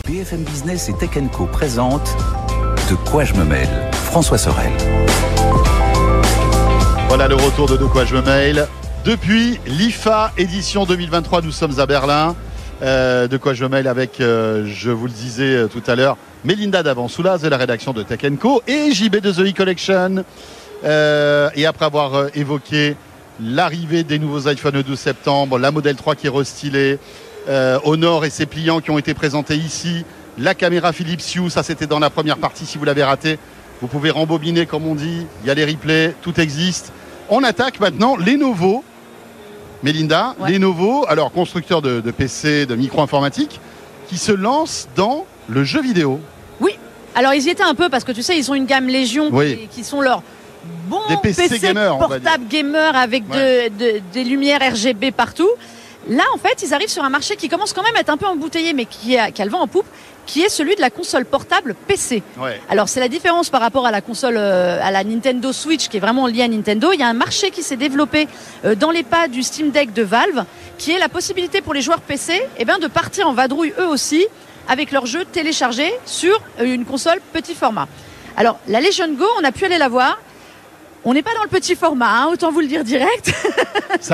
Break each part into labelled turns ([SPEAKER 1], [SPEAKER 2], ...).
[SPEAKER 1] BFM Business et Tech Co présente De quoi je me mêle, François Sorel.
[SPEAKER 2] Voilà le retour de quoi je me mêle. Depuis l'IFA édition 2023, nous sommes à Berlin. De quoi je me mêle avec, je vous le disais tout à l'heure, Mélinda Davançoulas de la rédaction de Tech Co et JB de The E-Collection. Et après avoir évoqué l'arrivée des nouveaux iPhone le 12 septembre, la Model 3 qui est restylée, Honor et ses pliants qui ont été présentés ici, la caméra Philips Hue, ça c'était dans la première partie, si vous l'avez raté, vous pouvez rembobiner comme on dit, il y a les replays, tout existe. On attaque maintenant Lenovo. Mélinda, ouais. Lenovo, alors constructeur de PC, de micro-informatique, qui se lance dans le jeu vidéo.
[SPEAKER 3] Oui, alors ils y étaient un peu parce que tu sais, ils ont une gamme Légion qui sont leurs bons PC gamer, portables gamer avec des lumières RGB partout. Là, en fait, ils arrivent sur un marché qui commence quand même à être un peu embouteillé, mais qui a le vent en poupe, qui est celui de la console portable PC. Ouais. Alors, c'est la différence par rapport à la console, à la Nintendo Switch, qui est vraiment liée à Nintendo. Il y a un marché qui s'est développé dans les pas du Steam Deck de Valve, qui est la possibilité pour les joueurs PC de partir en vadrouille eux aussi, avec leurs jeux téléchargés sur une console petit format. Alors, la Legion Go, on a pu aller la voir. On n'est pas dans le petit format, autant vous le dire direct.
[SPEAKER 2] Ça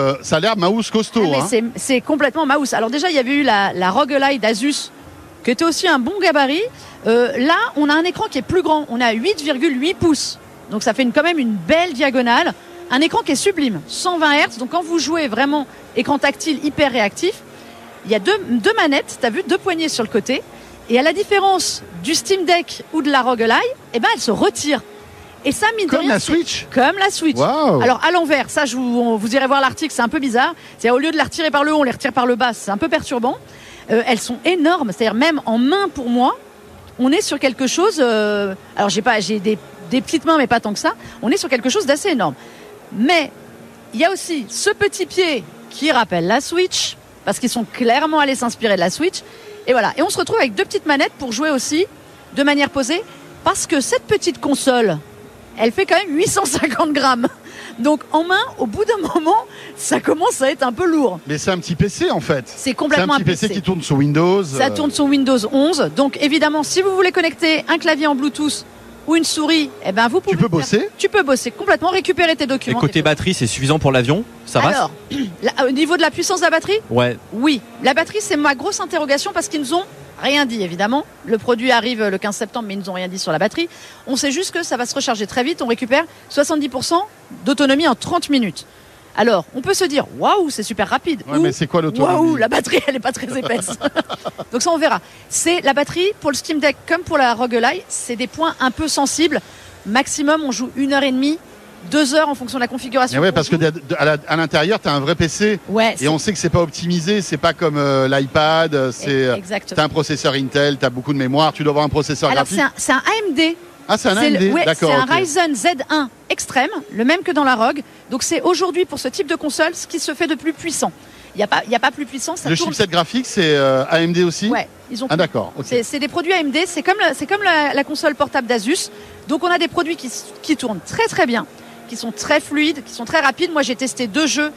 [SPEAKER 2] a l'air mouse costaud.
[SPEAKER 3] C'est complètement mouse. Alors déjà, il y avait eu la ROG Ally d'Asus, qui était aussi un bon gabarit. Là, on a un écran qui est plus grand. On a 8,8 pouces. Donc ça fait quand même une belle diagonale. Un écran qui est sublime, 120 Hz. Donc quand vous jouez vraiment écran tactile hyper réactif, il y a deux manettes, tu as vu, 2 poignées sur le côté. Et à la différence du Steam Deck ou de la ROG Ally, elle se retire. Et ça, mine de rien, comme la Switch.
[SPEAKER 2] Wow.
[SPEAKER 3] Alors, à l'envers, ça, vous irez voir l'article, c'est un peu bizarre. C'est-à-dire, au lieu de la retirer par le haut, on les retire par le bas. C'est un peu perturbant. Elles sont énormes. C'est-à-dire, même en main, pour moi, on est sur quelque chose... alors, j'ai des petites mains, mais pas tant que ça. On est sur quelque chose d'assez énorme. Mais, il y a aussi ce petit pied qui rappelle la Switch, parce qu'ils sont clairement allés s'inspirer de la Switch. Et voilà. Et on se retrouve avec 2 petites manettes pour jouer aussi de manière posée, parce que cette petite console... elle fait quand même 850 grammes. Donc en main, au bout d'un moment, ça commence à être un peu lourd.
[SPEAKER 2] Mais c'est un petit PC en fait.
[SPEAKER 3] C'est complètement un
[SPEAKER 2] petit PC qui tourne sur Windows.
[SPEAKER 3] Ça tourne sur Windows 11. Donc évidemment, si vous voulez connecter un clavier en Bluetooth ou une souris, vous pouvez. Tu peux bosser complètement, récupérer tes documents.
[SPEAKER 4] Et côté batterie, c'est suffisant pour l'avion ? Ça va ?
[SPEAKER 3] Alors, au niveau de la puissance de la batterie ?
[SPEAKER 4] Ouais.
[SPEAKER 3] Oui. La batterie, c'est ma grosse interrogation parce qu'ils nous ont rien dit, évidemment. Le produit arrive le 15 septembre, mais ils nous ont rien dit sur la batterie. On sait juste que ça va se recharger très vite. On récupère 70% d'autonomie en 30 minutes. Alors, on peut se dire, waouh, c'est super rapide.
[SPEAKER 2] Ouais, mais c'est quoi l'autonomie ?
[SPEAKER 3] Waouh, la batterie, elle n'est pas très épaisse. Donc ça, on verra. C'est la batterie, pour le Steam Deck comme pour la ROG Ally, c'est des points un peu sensibles. Maximum, on joue 1h30. 2 heures en fonction de la configuration.
[SPEAKER 2] Oui, parce que à l'intérieur, tu as un vrai PC.
[SPEAKER 3] Ouais,
[SPEAKER 2] et on sait que c'est pas optimisé, c'est pas comme l'iPad. Tu as un processeur Intel, tu as beaucoup de mémoire, tu dois avoir un processeur graphique.
[SPEAKER 3] C'est un AMD.
[SPEAKER 2] Ah, c'est un AMD, d'accord.
[SPEAKER 3] C'est un Ryzen Z1 Extreme, le même que dans la ROG. Donc c'est aujourd'hui, pour ce type de console, ce qui se fait de plus puissant. Il n'y a pas plus puissant.
[SPEAKER 2] Le chipset graphique, c'est AMD aussi ?
[SPEAKER 3] Ouais, ils ont.
[SPEAKER 2] Ah, d'accord. Okay.
[SPEAKER 3] C'est des produits AMD, c'est comme la console portable d'Asus. Donc on a des produits qui tournent très très bien, qui sont très fluides, qui sont très rapides. Moi, j'ai testé 2 jeux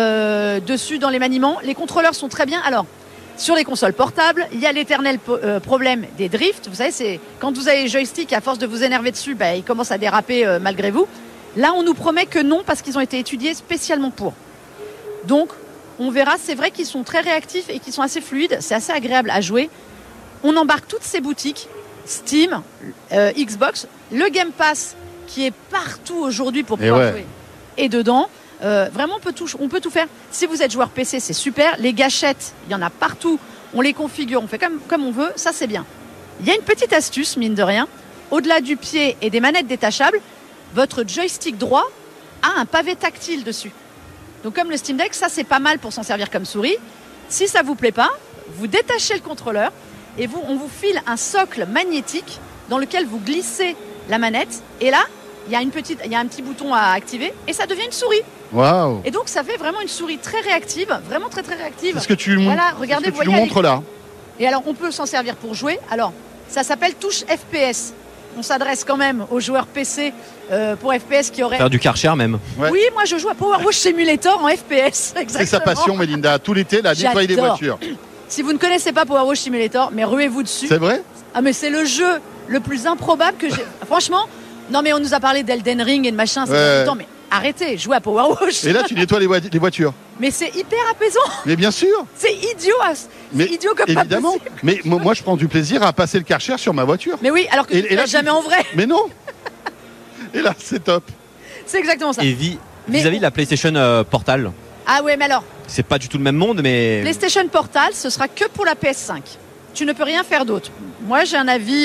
[SPEAKER 3] dessus dans les maniements. Les contrôleurs sont très bien. Alors, sur les consoles portables, il y a l'éternel problème des drifts. Vous savez, c'est quand vous avez les joysticks, à force de vous énerver dessus, ils commencent à déraper malgré vous. Là, on nous promet que non, parce qu'ils ont été étudiés spécialement pour. Donc, on verra. C'est vrai qu'ils sont très réactifs et qu'ils sont assez fluides. C'est assez agréable à jouer. On embarque toutes ces boutiques, Steam, Xbox, le Game Pass, qui est partout aujourd'hui pour pouvoir jouer. Et dedans, vraiment, on peut tout faire. Si vous êtes joueur PC, c'est super. Les gâchettes, il y en a partout. On les configure, on fait comme on veut. Ça, c'est bien. Il y a une petite astuce, mine de rien. Au-delà du pied et des manettes détachables, votre joystick droit a un pavé tactile dessus. Donc, comme le Steam Deck, ça, c'est pas mal pour s'en servir comme souris. Si ça vous plaît pas, vous détachez le contrôleur et on vous file un socle magnétique dans lequel vous glissez la manette. Et là, il y a un petit bouton à activer et ça devient une souris.
[SPEAKER 2] Waouh.
[SPEAKER 3] Et donc ça fait vraiment une souris très réactive, vraiment très très réactive.
[SPEAKER 2] C'est ce que tu nous montres là.
[SPEAKER 3] Et alors on peut s'en servir pour jouer. Alors ça s'appelle touche FPS. On s'adresse quand même aux joueurs PC pour FPS qui auraient...
[SPEAKER 4] Faire du Karcher même.
[SPEAKER 3] Ouais. Oui, moi je joue à Power Wash Simulator en FPS. Exactement.
[SPEAKER 2] C'est sa passion, Mélinda. Tout l'été, elle a nettoyé les voitures.
[SPEAKER 3] Si vous ne connaissez pas Power Wash Simulator, mais ruez-vous dessus.
[SPEAKER 2] C'est vrai?
[SPEAKER 3] Ah mais c'est le jeu le plus improbable que j'ai. Franchement, non mais on nous a parlé d'Elden Ring et de machin, c'est pas du temps, mais arrêtez, jouez à Power Wash.
[SPEAKER 2] Et là, tu nettoies les voitures.
[SPEAKER 3] Mais c'est hyper apaisant.
[SPEAKER 2] Mais bien sûr.
[SPEAKER 3] C'est idiot.
[SPEAKER 2] Mais
[SPEAKER 3] C'est idiot comme
[SPEAKER 2] évidemment.
[SPEAKER 3] pas possible.
[SPEAKER 2] Mais moi, je prends du plaisir à passer le Karcher sur ma voiture.
[SPEAKER 3] Mais oui, alors que tu ne
[SPEAKER 2] là,
[SPEAKER 3] fais jamais en vrai.
[SPEAKER 2] Mais non. Et là, c'est top.
[SPEAKER 3] C'est exactement ça.
[SPEAKER 4] Et vis-à-vis de la PlayStation Portal,
[SPEAKER 3] Ah ouais, mais alors,
[SPEAKER 4] c'est pas du tout le même monde, mais
[SPEAKER 3] PlayStation Portal, ce sera que pour la PS5. Tu ne peux rien faire d'autre. Moi, j'ai un avis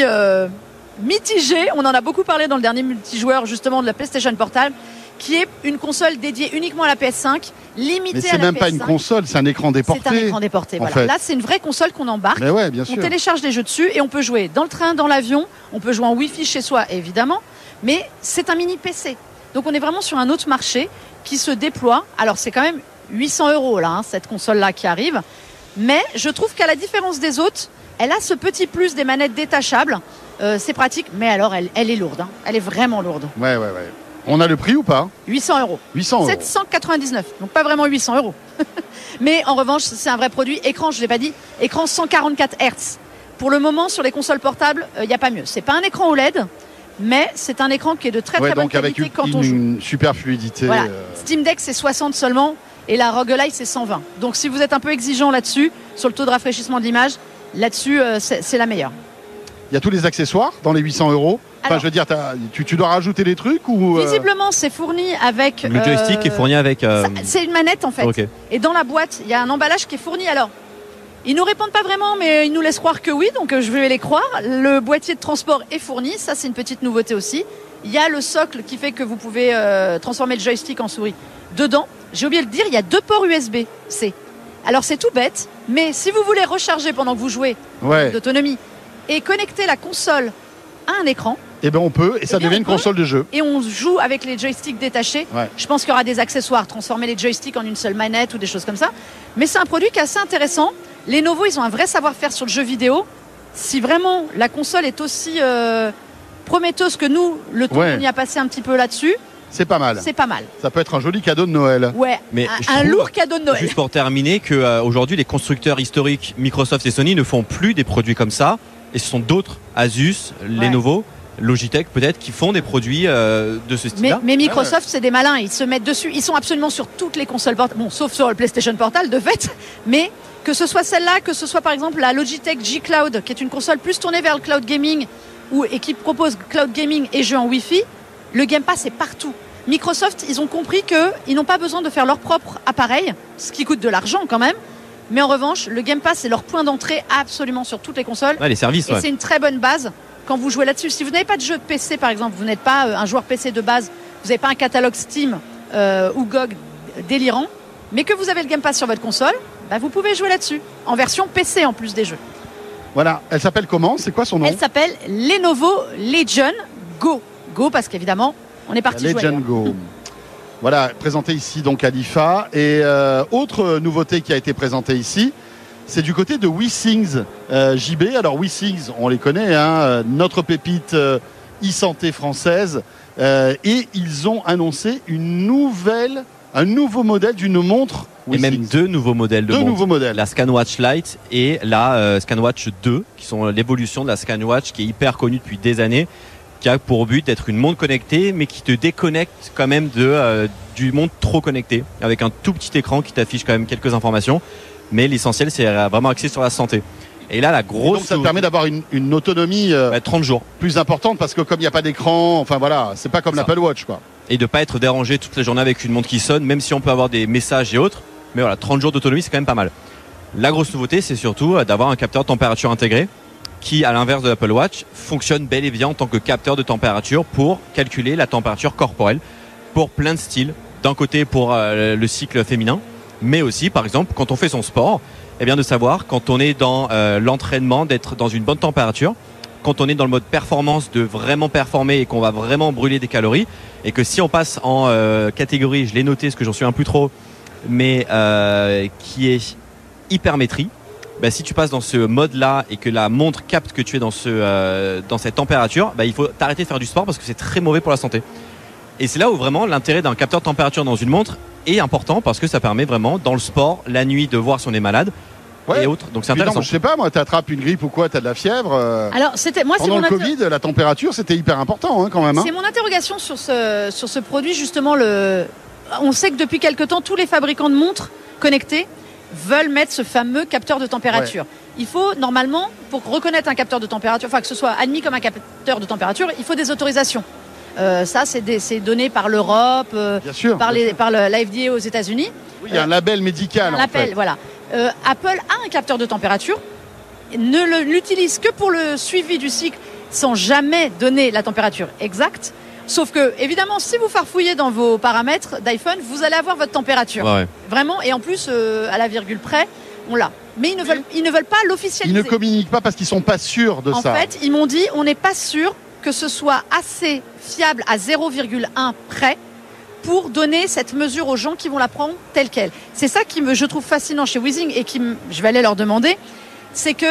[SPEAKER 3] mitigé. On en a beaucoup parlé dans le dernier multijoueur, justement, de la PlayStation Portal, qui est une console dédiée uniquement à la PS5, limitée
[SPEAKER 2] Mais
[SPEAKER 3] à
[SPEAKER 2] c'est
[SPEAKER 3] la
[SPEAKER 2] même
[SPEAKER 3] PS5.
[SPEAKER 2] pas une console, c'est un écran déporté.
[SPEAKER 3] C'est un écran déporté.
[SPEAKER 2] en
[SPEAKER 3] Voilà.
[SPEAKER 2] fait.
[SPEAKER 3] Là, c'est une vraie console qu'on embarque.
[SPEAKER 2] Mais ouais, bien
[SPEAKER 3] On
[SPEAKER 2] sûr.
[SPEAKER 3] télécharge des jeux dessus et on peut jouer dans le train, dans l'avion. On peut jouer en Wi-Fi chez soi, évidemment. Mais c'est un mini PC. Donc on est vraiment sur un autre marché qui se déploie. Alors c'est quand même 800 € là, cette console-là qui arrive. Mais je trouve qu'à la différence des autres, elle a ce petit plus des manettes détachables. C'est pratique, mais alors elle est lourde. Elle est vraiment lourde.
[SPEAKER 2] Ouais. On a le prix ou pas?
[SPEAKER 3] 800 €.
[SPEAKER 2] 800 €.
[SPEAKER 3] 799, donc pas vraiment 800 €. Mais en revanche, c'est un vrai produit. Écran, je ne l'ai pas dit, écran 144 Hz. Pour le moment, sur les consoles portables, il n'y a pas mieux. C'est pas un écran OLED, mais c'est un écran qui est de très très bonne
[SPEAKER 2] donc avec
[SPEAKER 3] qualité quand on joue.
[SPEAKER 2] une super fluidité.
[SPEAKER 3] Voilà. Steam Deck, c'est 60 seulement, et la ROG Ally, c'est 120. Donc si vous êtes un peu exigeant là-dessus, sur le taux de rafraîchissement de l'image, là-dessus, c'est la meilleure.
[SPEAKER 2] Il y a tous les accessoires dans les 800 €. Enfin,
[SPEAKER 3] Alors,
[SPEAKER 2] je veux dire, tu dois rajouter des trucs ou
[SPEAKER 3] visiblement, c'est fourni avec...
[SPEAKER 4] le joystick est fourni avec.
[SPEAKER 3] C'est une manette en fait.
[SPEAKER 4] Ok.
[SPEAKER 3] Et dans la boîte, il y a un emballage qui est fourni. Alors, ils nous répondent pas vraiment, mais ils nous laissent croire que oui, donc je vais les croire. Le boîtier de transport est fourni, ça c'est une petite nouveauté aussi. Il y a le socle qui fait que vous pouvez transformer le joystick en souris dedans. J'ai oublié de le dire, il y a 2 ports USB-C. Alors c'est tout bête, mais si vous voulez recharger pendant que vous jouez,
[SPEAKER 2] Ouais.
[SPEAKER 3] d'autonomie, et connecter la console à un écran,
[SPEAKER 2] Eh ben on peut, et ça
[SPEAKER 3] bien,
[SPEAKER 2] devient
[SPEAKER 3] on
[SPEAKER 2] une
[SPEAKER 3] peut.
[SPEAKER 2] console de jeu.
[SPEAKER 3] et on joue avec les joysticks détachés.
[SPEAKER 2] Ouais.
[SPEAKER 3] Je pense qu'il y aura des accessoires, transformer les joysticks en une seule manette ou des choses comme ça. Mais c'est un produit qui est assez intéressant. Lenovo, ils ont un vrai savoir-faire sur le jeu vidéo. Si vraiment la console est aussi prometteuse que nous, le temps
[SPEAKER 2] Ouais.
[SPEAKER 3] qu'on y a passé un petit peu là-dessus,
[SPEAKER 2] C'est pas mal.
[SPEAKER 3] c'est pas mal.
[SPEAKER 2] Ça peut être un joli cadeau de Noël.
[SPEAKER 3] Ouais,
[SPEAKER 4] Mais je
[SPEAKER 3] un
[SPEAKER 4] trouve,
[SPEAKER 3] lourd cadeau de Noël.
[SPEAKER 4] Juste pour terminer, que aujourd'hui les constructeurs historiques Microsoft et Sony ne font plus des produits comme ça, et ce sont d'autres, Asus, Lenovo, Logitech peut-être, qui font des produits de ce
[SPEAKER 3] Mais,
[SPEAKER 4] style-là.
[SPEAKER 3] mais Microsoft, c'est des malins, ils se mettent dessus. Ils sont absolument sur toutes les consoles portables, bon, sauf sur le PlayStation Portal de fait. Mais que ce soit celle-là, que ce soit par exemple la Logitech G Cloud, qui est une console plus tournée vers le cloud gaming et qui propose cloud gaming et jeux en Wi-Fi, le Game Pass est partout. Microsoft, ils ont compris qu'ils n'ont pas besoin de faire leur propre appareil, ce qui coûte de l'argent quand même. Mais en revanche, le Game Pass est leur point d'entrée absolument sur toutes les consoles.
[SPEAKER 4] Ouais, les services,
[SPEAKER 3] Et
[SPEAKER 4] ouais.
[SPEAKER 3] c'est une très bonne base quand vous jouez là-dessus. Si vous n'avez pas de jeu de PC, par exemple, vous n'êtes pas un joueur PC de base, vous n'avez pas un catalogue Steam ou GOG délirant, mais que vous avez le Game Pass sur votre console, bah vous pouvez jouer là-dessus, en version PC en plus des jeux.
[SPEAKER 2] Voilà. Elle s'appelle comment? C'est quoi son nom?
[SPEAKER 3] Elle s'appelle Lenovo Legion Go. Go parce qu'évidemment, on est parti jouer.
[SPEAKER 2] Legend Go. Voilà, présenté ici donc à l'IFA. Et autre nouveauté qui a été présentée ici, c'est du côté de WeSings JB. Alors WeSings, on les connaît, hein, notre pépite e-santé française. Et ils ont annoncé un nouveau modèle d'une montre
[SPEAKER 4] Et même
[SPEAKER 2] WeSings.
[SPEAKER 4] 2 nouveaux modèles de
[SPEAKER 2] Deux
[SPEAKER 4] montres.
[SPEAKER 2] nouveaux modèles.
[SPEAKER 4] La ScanWatch Lite et la ScanWatch 2, qui sont l'évolution de la ScanWatch qui est hyper connue depuis des années, qui a pour but d'être une montre connectée, mais qui te déconnecte quand même du monde trop connecté, avec un tout petit écran qui t'affiche quand même quelques informations. Mais l'essentiel, c'est vraiment axé sur la santé. Et là, la
[SPEAKER 2] Et
[SPEAKER 4] grosse...
[SPEAKER 2] donc ça te permet d'avoir une autonomie
[SPEAKER 4] 30 jours.
[SPEAKER 2] plus importante parce que comme il n'y a pas d'écran, enfin voilà, c'est pas comme
[SPEAKER 4] Ça.
[SPEAKER 2] l'Apple Watch quoi.
[SPEAKER 4] Et de pas être dérangé toute la journée avec une montre qui sonne, même si on peut avoir des messages et autres. Mais voilà, 30 jours d'autonomie, c'est quand même pas mal. La grosse nouveauté, c'est surtout d'avoir un capteur de température intégré qui, à l'inverse de l'Apple Watch, fonctionne bel et bien en tant que capteur de température pour calculer la température corporelle pour plein de styles. D'un côté pour le cycle féminin, mais aussi, par exemple, quand on fait son sport, eh bien de savoir quand on est dans l'entraînement, d'être dans une bonne température, quand on est dans le mode performance, de vraiment performer et qu'on va vraiment brûler des calories, et que si on passe en catégorie, je l'ai noté, parce que j'en suis un peu trop, mais qui est hypermétrie, bah, si tu passes dans ce mode-là et que la montre capte que tu es dans cette température, bah, il faut t'arrêter de faire du sport parce que c'est très mauvais pour la santé. Et c'est là où vraiment l'intérêt d'un capteur de température dans une montre est important, parce que ça permet vraiment dans le sport, la nuit, de voir si on est malade,
[SPEAKER 2] Ouais.
[SPEAKER 4] et autres. Donc c'est
[SPEAKER 2] Puis non,
[SPEAKER 4] intéressant.
[SPEAKER 2] je sais pas, moi, t'attrapes une grippe ou quoi, t'as de la fièvre.
[SPEAKER 3] Alors, c'est
[SPEAKER 2] Pendant
[SPEAKER 3] mon
[SPEAKER 2] le Covid, la température, c'était hyper important hein, quand même. Hein.
[SPEAKER 3] C'est mon interrogation sur ce produit, justement. On sait que depuis quelque temps, tous les fabricants de montres connectées veulent mettre ce fameux capteur de température. Ouais. Il faut, normalement, pour reconnaître un capteur de température, enfin que ce soit admis comme un capteur de température, il faut des autorisations. Ça, c'est donné par l'Europe, par la FDA aux États-Unis.
[SPEAKER 2] Oui, il y a un label médical.
[SPEAKER 3] Un label, voilà. Apple a un capteur de température, ne l'utilise que pour le suivi du cycle, sans jamais donner la température exacte. Sauf que, évidemment, si vous farfouillez dans vos paramètres d'iPhone, vous allez avoir votre température.
[SPEAKER 4] Ouais.
[SPEAKER 3] Vraiment, et en plus, à la virgule près, on l'a. Mais ils ne veulent pas l'officialiser.
[SPEAKER 2] Ils ne communiquent pas parce qu'ils sont pas sûrs de ça.
[SPEAKER 3] En fait, ils m'ont dit, on n'est pas sûr que ce soit assez fiable à 0,1 près pour donner cette mesure aux gens qui vont la prendre telle qu'elle. C'est ça qui je trouve fascinant chez Withings et je vais aller leur demander, c'est que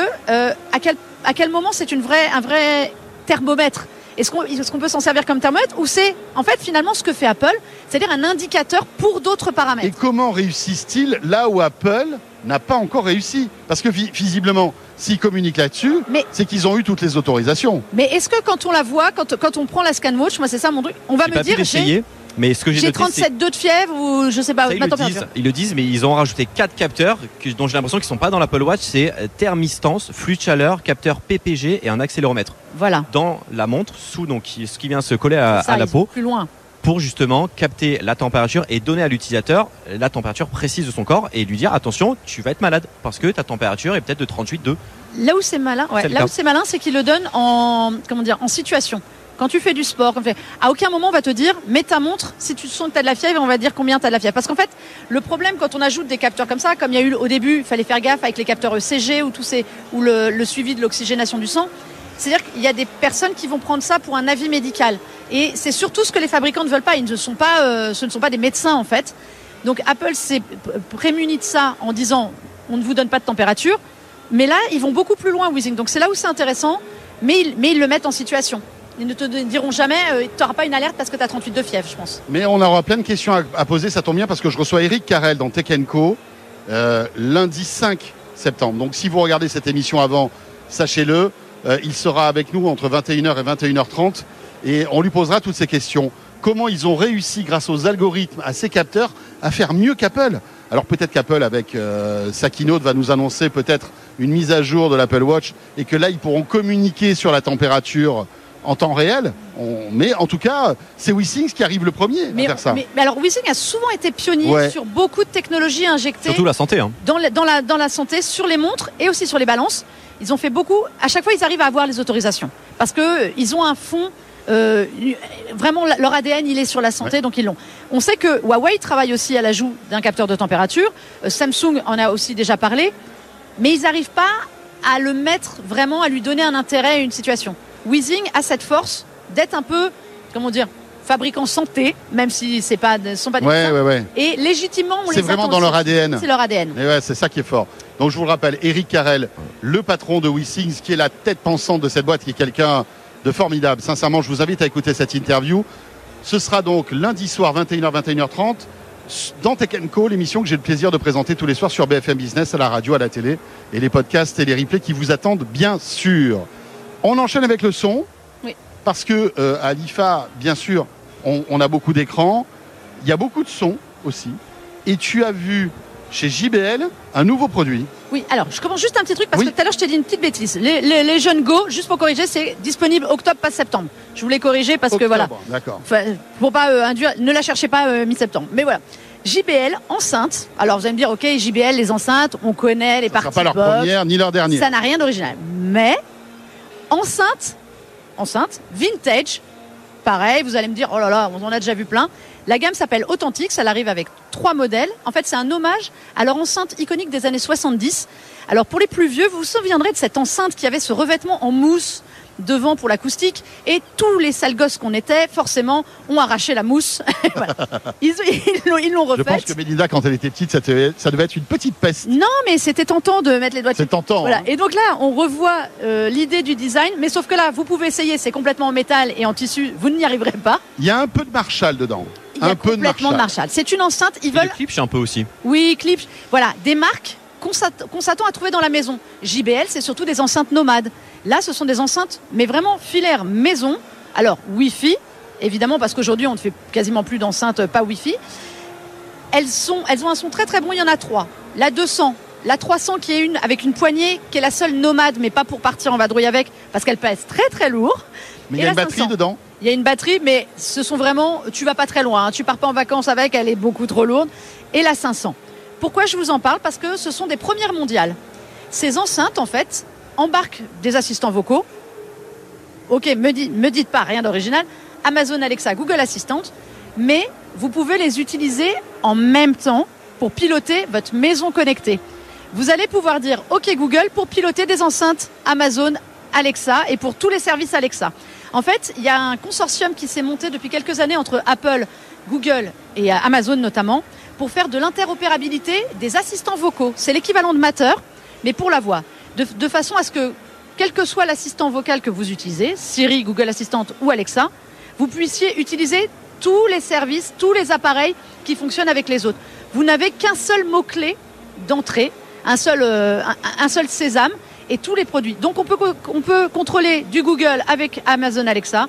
[SPEAKER 3] à quel moment c'est un vrai thermomètre. Est-ce qu'on peut s'en servir comme thermomètre ou c'est en fait finalement ce que fait Apple, c'est-à-dire un indicateur pour d'autres paramètres.
[SPEAKER 2] Et comment réussissent-ils là où Apple n'a pas encore réussi? Parce que visiblement, s'ils communiquent là-dessus, c'est qu'ils ont eu toutes les autorisations.
[SPEAKER 3] Mais est-ce que quand on la voit, quand on prend la ScanWatch, moi c'est ça mon truc, on va me dire
[SPEAKER 4] mais ce que j'ai
[SPEAKER 3] 37,2 de fièvre ou je sais pas,
[SPEAKER 4] ma température. Ils le disent, mais ils ont rajouté 4 capteurs dont j'ai l'impression qu'ils sont pas dans l'Apple Watch. C'est thermistance, flux de chaleur, capteur PPG et un accéléromètre.
[SPEAKER 3] Voilà.
[SPEAKER 4] Dans la montre, ce qui vient se coller à la peau.
[SPEAKER 3] Plus loin.
[SPEAKER 4] Pour justement capter la température et donner à l'utilisateur la température précise de son corps et lui dire attention, tu vas être malade parce que ta température est peut-être de 38,2.
[SPEAKER 3] Là où c'est malin, c'est qu'il le donne en situation. Quand tu fais du sport, à aucun moment on va te dire mets ta montre, si tu sens que tu as de la fièvre, on va dire combien tu as de la fièvre. Parce qu'en fait, le problème quand on ajoute des capteurs comme ça, comme il y a eu au début, il fallait faire gaffe avec les capteurs ECG ou le suivi de l'oxygénation du sang, c'est-à-dire qu'il y a des personnes qui vont prendre ça pour un avis médical. Et c'est surtout ce que les fabricants ne veulent pas. Ce ne sont pas des médecins en fait. Donc Apple s'est prémuni de ça en disant on ne vous donne pas de température. Mais là, ils vont beaucoup plus loin, Withings. Donc c'est là où c'est intéressant, mais ils le mettent en situation. Ils ne te diront jamais, tu n'auras pas une alerte parce que tu as 38 de fièvre, je pense.
[SPEAKER 2] Mais on aura plein de questions à poser, ça tombe bien parce que je reçois Eric Carrel dans Tech & Co. Lundi 5 septembre. Donc si vous regardez cette émission avant, sachez-le, il sera avec nous entre 21h et 21h30 et on lui posera toutes ces questions. Comment ils ont réussi, grâce aux algorithmes, à ces capteurs, à faire mieux qu'Apple? Alors peut-être qu'Apple, avec sa keynote, va nous annoncer peut-être une mise à jour de l'Apple Watch et que là, ils pourront communiquer sur la température en temps réel, mais en tout cas, c'est Withings qui arrive le premier à faire ça.
[SPEAKER 3] Mais alors, Withings a souvent été pionnier sur beaucoup de technologies injectées.
[SPEAKER 4] Surtout la santé. Hein.
[SPEAKER 3] Dans la santé, sur les montres et aussi sur les balances. Ils ont fait beaucoup. À chaque fois, ils arrivent à avoir les autorisations. Parce qu'ils ont un fond, vraiment, leur ADN, il est sur la santé, donc ils l'ont. On sait que Huawei travaille aussi à l'ajout d'un capteur de température. Samsung en a aussi déjà parlé. Mais ils n'arrivent pas à le mettre vraiment, à lui donner un intérêt à une situation. Withings a cette force d'être un peu, fabricant santé, même si ce ne sont pas des médecins. Et légitimement, on les attend.
[SPEAKER 2] C'est vraiment dans leur ADN.
[SPEAKER 3] C'est leur ADN.
[SPEAKER 2] Et c'est ça qui est fort. Donc je vous le rappelle, Eric Carrel, le patron de Withings, qui est la tête pensante de cette boîte, qui est quelqu'un de formidable. Sincèrement, je vous invite à écouter cette interview. Ce sera donc lundi soir, 21h, 21h30, dans Tech & Co, l'émission que j'ai le plaisir de présenter tous les soirs sur BFM Business, à la radio, à la télé, et les podcasts et les replays qui vous attendent, bien sûr. On enchaîne avec le son, parce que à l'IFA, bien sûr, on a beaucoup d'écrans, il y a beaucoup de sons aussi, et tu as vu chez JBL un nouveau produit.
[SPEAKER 3] Oui, alors je commence juste un petit truc parce que tout à l'heure je t'ai dit une petite bêtise. Les jeunes Go, juste pour corriger, c'est disponible octobre, pas septembre. Je voulais corriger parce que voilà.
[SPEAKER 2] D'accord.
[SPEAKER 3] Pour pas induire, ne la cherchez pas mi-septembre. Mais voilà. JBL, enceinte. Alors vous allez me dire, ok, JBL, les enceintes, on connaît les parties.
[SPEAKER 2] Ça ne sera pas leur première ni leur dernière.
[SPEAKER 3] Ça n'a rien d'original. Mais enceinte, vintage, pareil, vous allez me dire, oh là là, on en a déjà vu plein. La gamme s'appelle Authentic, elle arrive avec 3 modèles. En fait, c'est un hommage à leur enceinte iconique des années 70. Alors, pour les plus vieux, vous vous souviendrez de cette enceinte qui avait ce revêtement en mousse devant pour l'acoustique. Et tous les sales gosses qu'on était, forcément, ont arraché la mousse. Voilà. Ils l'ont refaite.
[SPEAKER 2] Je pense que Mélinda, quand elle était petite, ça devait être une petite peste.
[SPEAKER 3] Non, mais c'était tentant de mettre les doigts dessus.
[SPEAKER 2] C'est tentant.
[SPEAKER 3] Voilà.
[SPEAKER 2] Hein.
[SPEAKER 3] Et donc là, on revoit l'idée du design. Mais sauf que là, vous pouvez essayer, c'est complètement en métal et en tissu. Vous n'y arriverez pas.
[SPEAKER 2] Il y a un peu de Marshall dedans.
[SPEAKER 3] Il y a complètement de Marshall. C'est une enceinte.
[SPEAKER 4] Ils veulent. Klipsch un peu aussi.
[SPEAKER 3] Oui, Klipsch. Voilà, des marques qu'on s'attend à trouver dans la maison. JBL, c'est surtout des enceintes nomades. Là, ce sont des enceintes, mais vraiment filaires maison. Alors, Wi-Fi, évidemment, parce qu'aujourd'hui, on ne fait quasiment plus d'enceintes pas Wi-Fi. Elles ont un son très très bon, il y en a 3. La 200, la 300 qui est une avec une poignée, qui est la seule nomade, mais pas pour partir en vadrouille avec, parce qu'elle pèse très très lourd.
[SPEAKER 2] Mais il y a une batterie dedans.
[SPEAKER 3] Il y a une batterie, mais ce sont vraiment, tu vas pas très loin, hein. Tu pars pas en vacances avec, elle est beaucoup trop lourde. Et la 500. Pourquoi je vous en parle? Parce que ce sont des premières mondiales. Ces enceintes, en fait, embarquent des assistants vocaux. Ok, me dites pas rien d'original. Amazon Alexa, Google Assistant, mais vous pouvez les utiliser en même temps pour piloter votre maison connectée. Vous allez pouvoir dire OK Google pour piloter des enceintes Amazon Alexa et pour tous les services Alexa. En fait, il y a un consortium qui s'est monté depuis quelques années entre Apple, Google et Amazon notamment pour faire de l'interopérabilité des assistants vocaux. C'est l'équivalent de Matter, mais pour la voix. De façon à ce que, quel que soit l'assistant vocal que vous utilisez, Siri, Google Assistant ou Alexa, vous puissiez utiliser tous les services, tous les appareils qui fonctionnent avec les autres. Vous n'avez qu'un seul mot-clé d'entrée, un seul sésame et tous les produits. Donc on peut contrôler du Google avec Amazon Alexa.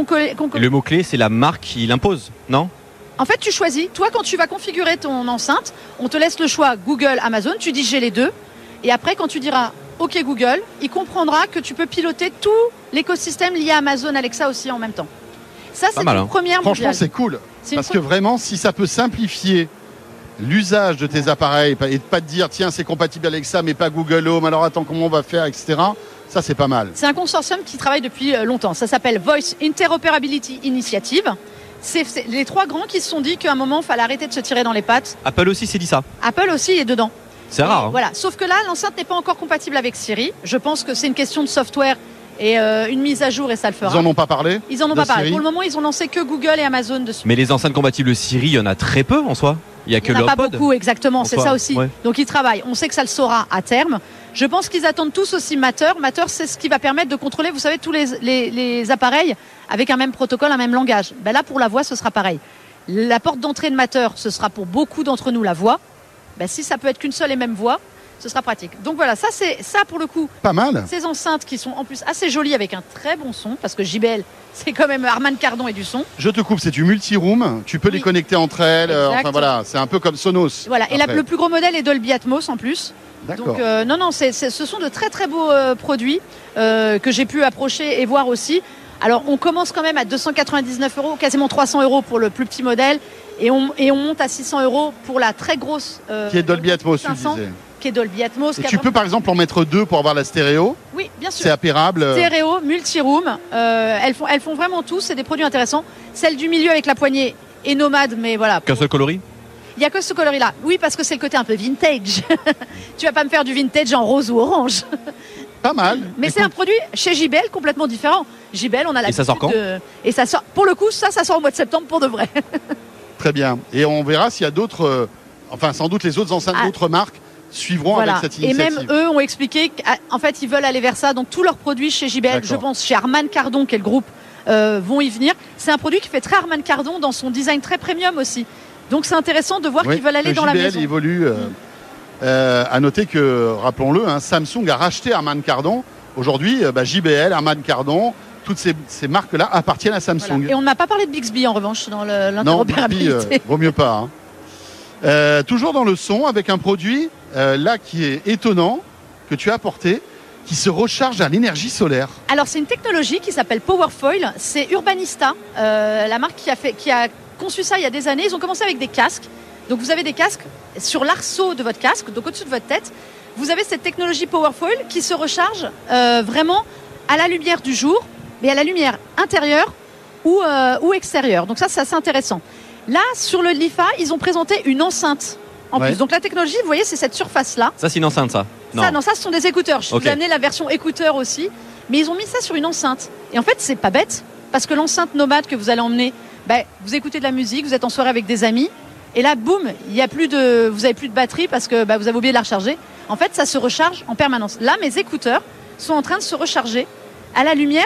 [SPEAKER 4] Et le mot-clé, c'est la marque qui l'impose, non?
[SPEAKER 3] En fait, tu choisis. Toi, quand tu vas configurer ton enceinte, on te laisse le choix Google, Amazon. Tu dis j'ai les deux. Et après, quand tu diras OK Google, il comprendra que tu peux piloter tout l'écosystème lié à Amazon Alexa aussi en même temps. Ça, c'est une première mondiale.
[SPEAKER 2] Franchement, c'est cool. Parce que vraiment, si ça peut simplifier l'usage de tes appareils et de pas te dire tiens, c'est compatible avec ça, mais pas Google Home, alors attends, comment on va faire, etc. Ça, c'est pas mal.
[SPEAKER 3] C'est un consortium qui travaille depuis longtemps. Ça s'appelle Voice Interoperability Initiative. C'est les 3 grands qui se sont dit qu'à un moment, il fallait arrêter de se tirer dans les pattes.
[SPEAKER 4] Apple aussi s'est dit ça.
[SPEAKER 3] Apple aussi est dedans.
[SPEAKER 4] C'est rare. Hein.
[SPEAKER 3] Voilà. Sauf que là, l'enceinte n'est pas encore compatible avec Siri. Je pense que c'est une question de software et une mise à jour et ça le fera.
[SPEAKER 2] Ils en ont pas parlé?
[SPEAKER 3] Ils en ont pas parlé. Pour le moment, ils ont lancé que Google et Amazon dessus.
[SPEAKER 4] Mais les enceintes compatibles Siri, il y en a très peu en soi. Il y a que le HomePod.
[SPEAKER 3] Pas beaucoup, exactement. C'est ça aussi.
[SPEAKER 4] Ouais.
[SPEAKER 3] Donc ils travaillent. On sait que ça le saura à terme. Je pense qu'ils attendent tous aussi Matter. Matter, c'est ce qui va permettre de contrôler, vous savez, tous les appareils avec un même protocole, un même langage. Ben là, pour la voix, ce sera pareil. La porte d'entrée de Matter, ce sera pour beaucoup d'entre nous la voix. Ben, si ça peut être qu'une seule et même voix, ce sera pratique. Donc voilà, ça c'est ça pour le coup.
[SPEAKER 2] Pas mal.
[SPEAKER 3] Ces enceintes qui sont en plus assez jolies avec un très bon son, parce que JBL, c'est quand même Harman Kardon et du son.
[SPEAKER 2] Je te coupe, c'est du multi-room. Tu peux les connecter entre elles. Enfin voilà, c'est un peu comme Sonos.
[SPEAKER 3] Voilà, et le plus gros modèle est Dolby Atmos en plus.
[SPEAKER 2] D'accord.
[SPEAKER 3] Donc non, ce sont de très très beaux produits que j'ai pu approcher et voir aussi. Alors on commence quand même à 299 €, quasiment 300 € pour le plus petit modèle, et on monte à 600 € pour la très grosse.
[SPEAKER 2] Qui est Dolby Atmos,
[SPEAKER 3] 500,
[SPEAKER 2] tu disais.
[SPEAKER 3] Qui est Dolby Atmos.
[SPEAKER 2] Et tu peux par exemple en mettre 2 pour avoir la stéréo.
[SPEAKER 3] Oui, bien sûr.
[SPEAKER 2] C'est appairable.
[SPEAKER 3] Stéréo, multi-room, elles font vraiment tout, c'est des produits intéressants. Celle du milieu avec la poignée est nomade, mais voilà.
[SPEAKER 4] Qu'un seul coloris?
[SPEAKER 3] Il n'y a que ce coloris-là. Oui, parce que c'est le côté un peu vintage. Tu vas pas me faire du vintage en rose ou orange.
[SPEAKER 2] Pas mal.
[SPEAKER 3] Mais c'est un produit chez JBL complètement différent. JBL, on a l'habitude.
[SPEAKER 4] Et ça sort quand?
[SPEAKER 3] Et ça sort, pour le coup, ça sort au mois de septembre pour de vrai.
[SPEAKER 2] Très bien. Et on verra s'il y a d'autres, enfin sans doute les autres enceintes d'autres marques suivront avec cette initiative.
[SPEAKER 3] Et même eux ont expliqué qu'en fait ils veulent aller vers ça. Donc tous leurs produits chez JBL, je pense chez Harman Kardon, qui est le groupe, vont y venir. C'est un produit qui fait très Harman Kardon dans son design très premium aussi. Donc c'est intéressant de voir qu'ils veulent aller dans la maison.
[SPEAKER 2] JBL évolue. À noter que, rappelons-le, Samsung a racheté Harman Kardon. Aujourd'hui, JBL, Harman Kardon, toutes ces marques-là appartiennent à Samsung.
[SPEAKER 3] Voilà. Et on ne m'a pas parlé de Bixby en revanche dans l'interopérabilité.
[SPEAKER 2] Non, Bixby, vaut mieux pas. Toujours dans le son, avec un produit là qui est étonnant, que tu as apporté, qui se recharge à l'énergie solaire.
[SPEAKER 3] Alors c'est une technologie qui s'appelle Powerfoil. C'est Urbanista, la marque qui a conçu ça il y a des années. Ils ont commencé avec des casques. Donc vous avez des casques sur l'arceau de votre casque, donc au-dessus de votre tête. Vous avez cette technologie Powerfoil qui se recharge vraiment à la lumière du jour, mais à la lumière intérieure ou extérieure. Donc ça, c'est assez intéressant. Là, sur le LIFA, ils ont présenté une enceinte en plus. Donc la technologie, vous voyez, c'est cette surface-là.
[SPEAKER 4] Ça, c'est une enceinte, ça?
[SPEAKER 3] Non, ça, ce sont des écouteurs. Je vous ai amené la version écouteur aussi. Mais ils ont mis ça sur une enceinte. Et en fait, c'est pas bête, parce que l'enceinte nomade que vous allez emmener, vous écoutez de la musique, vous êtes en soirée avec des amis, et là, boum, vous n'avez plus de batterie parce que vous avez oublié de la recharger. En fait, ça se recharge en permanence. Là, mes écouteurs sont en train de se recharger à la lumière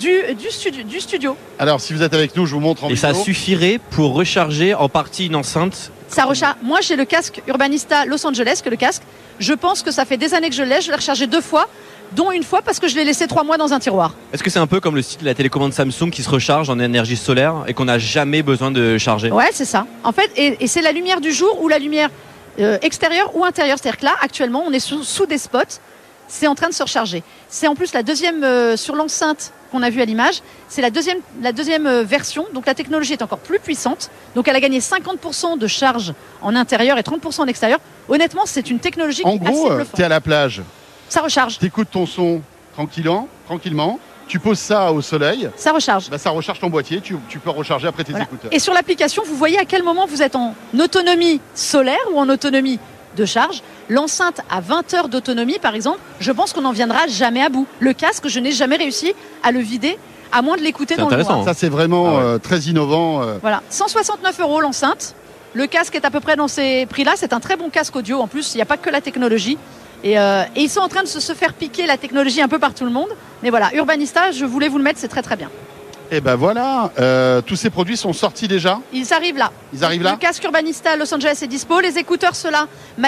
[SPEAKER 3] du studio.
[SPEAKER 2] Alors, si vous êtes avec nous, je vous montre en
[SPEAKER 4] Et
[SPEAKER 2] vidéo.
[SPEAKER 4] ça suffirait pour recharger en partie une enceinte.
[SPEAKER 3] Ça recharge. Moi, j'ai le casque Urbanista Los Angeles, que le casque. Je pense que ça fait des années que je l'ai. Je l'ai rechargé 2 fois, dont une fois parce que je l'ai laissé 3 mois dans un tiroir.
[SPEAKER 4] Est-ce que c'est un peu comme le style de la télécommande Samsung qui se recharge en énergie solaire et qu'on n'a jamais besoin de charger?
[SPEAKER 3] Ouais, c'est ça. En fait, et c'est la lumière du jour ou la lumière extérieure ou intérieure. C'est-à-dire que là, actuellement, on est sous des spots. C'est en train de se recharger. C'est en plus la deuxième sur l'enceinte qu'on a vue à l'image. C'est la deuxième version. Donc la technologie est encore plus puissante. Donc elle a gagné 50% de charge en intérieur et 30% en extérieur. Honnêtement, c'est une technologie
[SPEAKER 2] En
[SPEAKER 3] qui est assez
[SPEAKER 2] gros,
[SPEAKER 3] bluffante.
[SPEAKER 2] tu es à la plage,
[SPEAKER 3] Ça recharge.
[SPEAKER 2] tu écoutes ton son tranquillement, tu poses ça au soleil,
[SPEAKER 3] Ça recharge.
[SPEAKER 2] bah, ça recharge ton boîtier, tu peux recharger après tes
[SPEAKER 3] Voilà.
[SPEAKER 2] écouteurs.
[SPEAKER 3] Et sur l'application, vous voyez à quel moment vous êtes en autonomie solaire ou en autonomie de charge. L'enceinte à 20 heures d'autonomie, par exemple, je pense qu'on n'en viendra jamais à bout. Le casque, je n'ai jamais réussi à le vider, à moins de l'écouter
[SPEAKER 4] C'est
[SPEAKER 3] dans le
[SPEAKER 4] intéressant.
[SPEAKER 3] noir.
[SPEAKER 2] Ça, c'est vraiment
[SPEAKER 4] Ah ouais.
[SPEAKER 2] très innovant.
[SPEAKER 3] Voilà, 169 € l'enceinte. Le casque est à peu près dans ces prix-là. C'est un très bon casque audio. En plus, il n'y a pas que la technologie. Et ils sont en train de se faire piquer la technologie un peu par tout le monde. Mais voilà, Urbanista, je voulais vous le mettre, c'est très très bien.
[SPEAKER 2] Et ben voilà, tous ces produits sont sortis déjà.
[SPEAKER 3] Ils arrivent là.
[SPEAKER 2] Ils arrivent là.
[SPEAKER 3] Le casque Urbanista Los Angeles est dispo. Les écouteurs, ceux-là,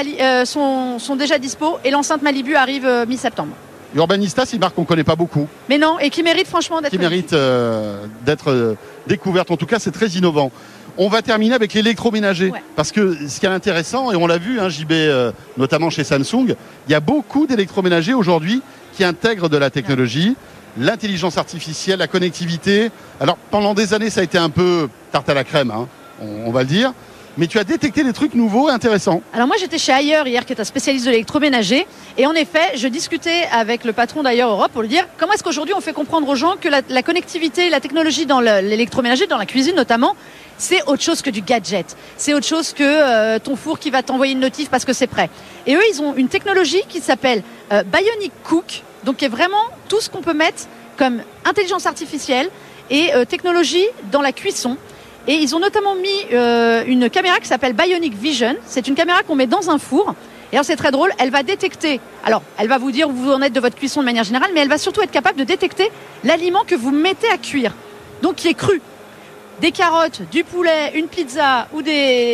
[SPEAKER 3] sont déjà dispo. Et l'enceinte Malibu arrive mi-septembre.
[SPEAKER 2] Urbanista, c'est une marque qu'on ne connaît pas beaucoup,
[SPEAKER 3] Mais non, et qui mérite franchement d'être
[SPEAKER 2] qui mérite d'être découverte. En tout cas, c'est très innovant. On va terminer avec l'électroménager.
[SPEAKER 3] Ouais.
[SPEAKER 2] Parce que ce qui est intéressant, et on l'a vu, hein, JB, notamment chez Samsung, il y a beaucoup d'électroménagers aujourd'hui qui intègrent de la technologie, l'intelligence artificielle, la connectivité. Alors, pendant des années, ça a été un peu tarte à la crème, hein, on va le dire. Mais tu as détecté des trucs nouveaux et intéressants.
[SPEAKER 3] Alors moi j'étais chez Ayer hier qui est un spécialiste de l'électroménager et en effet je discutais avec le patron d'Ayer Europe pour lui dire comment est-ce qu'aujourd'hui on fait comprendre aux gens que la connectivité, la technologie dans l'électroménager, dans la cuisine notamment, c'est autre chose que du gadget, c'est autre chose que ton four qui va t'envoyer une notif parce que c'est prêt. Et eux ils ont une technologie qui s'appelle Bionic Cook, donc qui est vraiment tout ce qu'on peut mettre comme intelligence artificielle et technologie dans la cuisson. Et ils ont notamment mis une caméra qui s'appelle Bionic Vision. C'est une caméra qu'on met dans un four. Et alors c'est très drôle, elle va détecter, alors elle va vous dire où vous en êtes de votre cuisson de manière générale, mais elle va surtout être capable de détecter l'aliment que vous mettez à cuire, donc qui est cru. Des carottes, du poulet, une pizza ou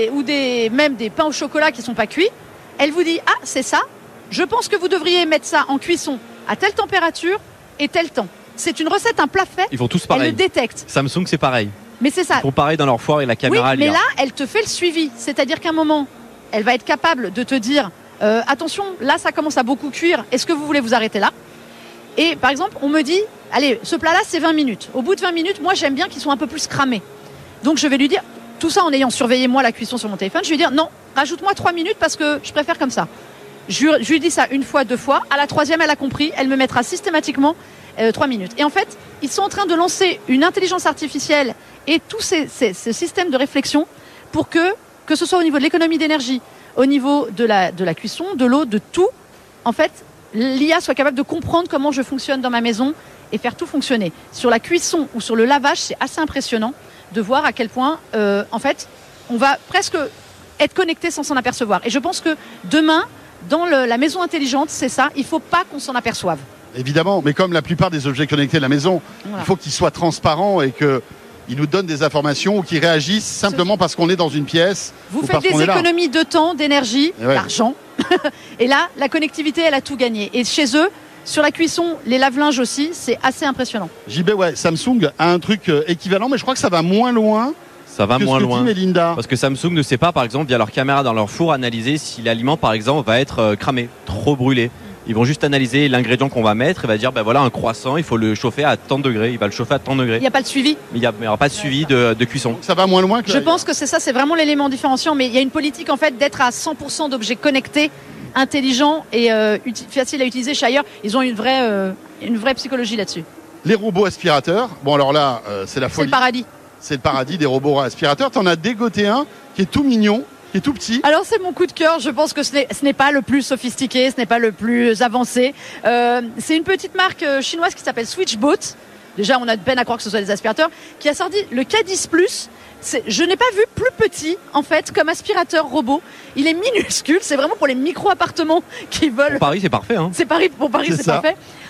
[SPEAKER 3] même des pains au chocolat qui ne sont pas cuits. Elle vous dit, ah c'est ça, je pense que vous devriez mettre ça en cuisson à telle température et tel temps. C'est une recette, un plat fait,
[SPEAKER 4] Ils font tous
[SPEAKER 3] elle
[SPEAKER 4] pareil.
[SPEAKER 3] le détecte.
[SPEAKER 4] Samsung, c'est pareil.
[SPEAKER 3] Mais c'est ça.
[SPEAKER 4] Ils font pareil dans leur foire et la caméra.
[SPEAKER 3] Oui, mais
[SPEAKER 4] elle
[SPEAKER 3] là, elle te fait le suivi. C'est-à-dire qu'à un moment, elle va être capable de te dire attention, là, ça commence à beaucoup cuire. Est-ce que vous voulez vous arrêter là? Et par exemple, on me dit allez, ce plat-là, c'est 20 minutes. Au bout de 20 minutes, moi, j'aime bien qu'ils soient un peu plus cramés. Donc, je vais lui dire tout ça en ayant surveillé, moi, la cuisson sur mon téléphone. Je vais lui dire non, rajoute-moi 3 minutes parce que je préfère comme ça. Je lui dis ça une fois, 2 fois. À la 3e, elle a compris. Elle me mettra systématiquement 3 minutes. Et en fait, ils sont en train de lancer une intelligence artificielle et tous ces systèmes de réflexion pour que ce soit au niveau de l'économie d'énergie, au niveau de la cuisson, de l'eau, de tout, en fait, l'IA soit capable de comprendre comment je fonctionne dans ma maison et faire tout fonctionner. Sur la cuisson ou sur le lavage, c'est assez impressionnant de voir à quel point, en fait, on va presque être connecté sans s'en apercevoir. Et je pense que demain, dans la maison intelligente, c'est ça, il ne faut pas qu'on s'en aperçoive.
[SPEAKER 2] Évidemment, mais comme la plupart des objets connectés de la maison,
[SPEAKER 3] Voilà.
[SPEAKER 2] il faut qu'ils soient transparents et qu'ils nous donnent des informations ou qu'ils réagissent simplement parce qu'on est dans une pièce
[SPEAKER 3] Vous
[SPEAKER 2] ou
[SPEAKER 3] faites
[SPEAKER 2] parce qu'on
[SPEAKER 3] des
[SPEAKER 2] est là.
[SPEAKER 3] économies de temps, d'énergie,
[SPEAKER 2] Et ouais.
[SPEAKER 3] d'argent. Et là, la connectivité, elle a tout gagné. Et chez eux, sur la cuisson, les lave-linges aussi, c'est assez impressionnant.
[SPEAKER 2] JB, ouais, Samsung a un truc équivalent, mais je crois que ça va moins loin
[SPEAKER 4] Ça va
[SPEAKER 2] que
[SPEAKER 4] moins
[SPEAKER 2] ce que
[SPEAKER 4] loin.
[SPEAKER 2] dit Mélinda.
[SPEAKER 4] Parce que Samsung ne sait pas, par exemple, via leur caméra dans leur four, analyser si l'aliment, par exemple, va être cramé, trop brûlé. Ils vont juste analyser l'ingrédient qu'on va mettre et va dire, ben voilà, un croissant, il faut le chauffer à tant de degrés. Il va le chauffer à tant de
[SPEAKER 3] Il
[SPEAKER 4] degrés.
[SPEAKER 3] n'y a pas de suivi.
[SPEAKER 4] Mais il n'y aura pas de suivi de cuisson.
[SPEAKER 2] Ça va moins loin que
[SPEAKER 3] Je pense que c'est ça, c'est vraiment l'élément différenciant. Mais il y a une politique, en fait, d'être à 100% d'objets connectés, intelligents et faciles à utiliser chez Ayer. Ils ont une vraie psychologie là-dessus.
[SPEAKER 2] les robots aspirateurs. Bon, alors là, c'est la
[SPEAKER 3] C'est
[SPEAKER 2] folie.
[SPEAKER 3] le paradis.
[SPEAKER 2] C'est le paradis des robots aspirateurs. T'en as dégoté un qui est tout mignon, qui est tout petit.
[SPEAKER 3] Alors c'est mon coup de cœur, je pense que ce n'est pas le plus sophistiqué, ce n'est pas le plus avancé. C'est une petite marque chinoise qui s'appelle Switchbot. Déjà on a de peine à croire que ce soit des aspirateurs, qui a sorti le K10 Plus. Je n'ai pas vu plus petit en fait comme aspirateur robot. Il est minuscule, c'est vraiment pour les micro-appartements qui veulent.
[SPEAKER 4] Pour Paris, c'est parfait. Hein.
[SPEAKER 3] Pour Paris,
[SPEAKER 2] C'est
[SPEAKER 3] c'est
[SPEAKER 2] ça.
[SPEAKER 3] parfait.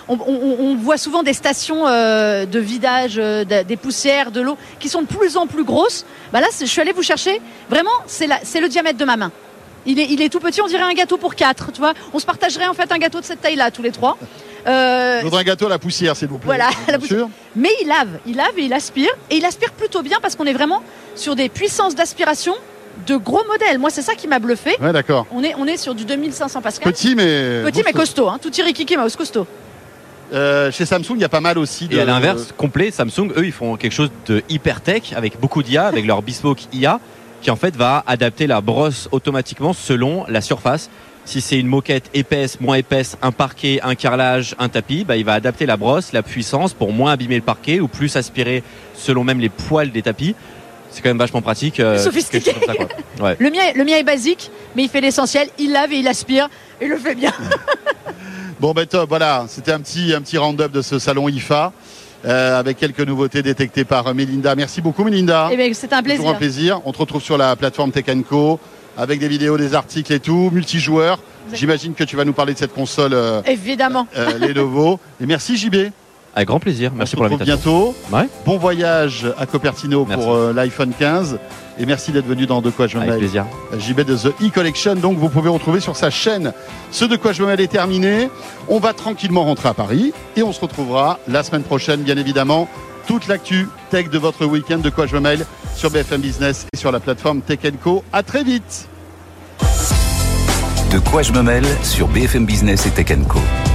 [SPEAKER 3] on voit souvent des stations de vidage des poussières, de l'eau, qui sont de plus en plus grosses. Bah là, je suis allée vous chercher. Vraiment, c'est le diamètre de ma main. Il est tout petit, on dirait un gâteau pour 4. Tu vois, on se partagerait en fait un gâteau de cette taille-là, tous les 3.
[SPEAKER 2] Je voudrais un gâteau à la poussière, s'il vous plaît.
[SPEAKER 3] Voilà,
[SPEAKER 2] la
[SPEAKER 3] poussière. Mais il lave et il aspire. Et il aspire plutôt bien parce qu'on est vraiment sur des puissances d'aspiration de gros modèles. Moi, c'est ça qui m'a bluffé.
[SPEAKER 2] Ouais, d'accord.
[SPEAKER 3] On est sur du 2500 Pascal.
[SPEAKER 2] Petit mais
[SPEAKER 3] costaud. Hein. Tout irikiki, mais costaud.
[SPEAKER 2] Chez Samsung, il y a pas mal aussi de...
[SPEAKER 4] Et à l'inverse, complet, Samsung, eux, ils font quelque chose de hyper tech avec beaucoup d'IA, avec leur bespoke IA, qui en fait va adapter la brosse automatiquement selon la surface. Si c'est une moquette épaisse, moins épaisse, un parquet, un carrelage, un tapis, bah, il va adapter la brosse, la puissance pour moins abîmer le parquet ou plus aspirer selon même les poils des tapis. C'est quand même vachement pratique.
[SPEAKER 3] Sophistiqué.
[SPEAKER 4] Ça, quoi. Ouais.
[SPEAKER 3] Le mien est basique, mais il fait l'essentiel. Il lave et il aspire et le fait bien.
[SPEAKER 2] Bon, ben top, voilà. C'était un petit round-up de ce salon IFA. Avec quelques nouveautés détectées par Mélinda. Merci beaucoup Mélinda.
[SPEAKER 3] Eh bien, c'était un plaisir.
[SPEAKER 2] Toujours un plaisir. On te retrouve sur la plateforme Tech & Co avec des vidéos, des articles et tout, multijoueurs. J'imagine que tu vas nous parler de cette console.
[SPEAKER 3] Évidemment.
[SPEAKER 2] Lenovo. Et merci JB.
[SPEAKER 4] Avec grand plaisir. Merci pour
[SPEAKER 2] l'invitation.
[SPEAKER 4] l'invitation.
[SPEAKER 2] Bientôt.
[SPEAKER 4] Ouais.
[SPEAKER 2] Bon voyage à Cupertino pour l'iPhone 15. Et merci d'être venu dans De quoi je me mêle.
[SPEAKER 4] Avec plaisir.
[SPEAKER 2] JB de The E-Collection. Donc vous pouvez retrouver sur sa chaîne ce De quoi je me mêle est terminé. On va tranquillement rentrer à Paris et on se retrouvera la semaine prochaine, bien évidemment. Toute l'actu tech de votre week-end De quoi je me mêle sur BFM Business et sur la plateforme Tech & Co. À très vite.
[SPEAKER 1] De quoi je me mêle sur BFM Business et Tech & Co.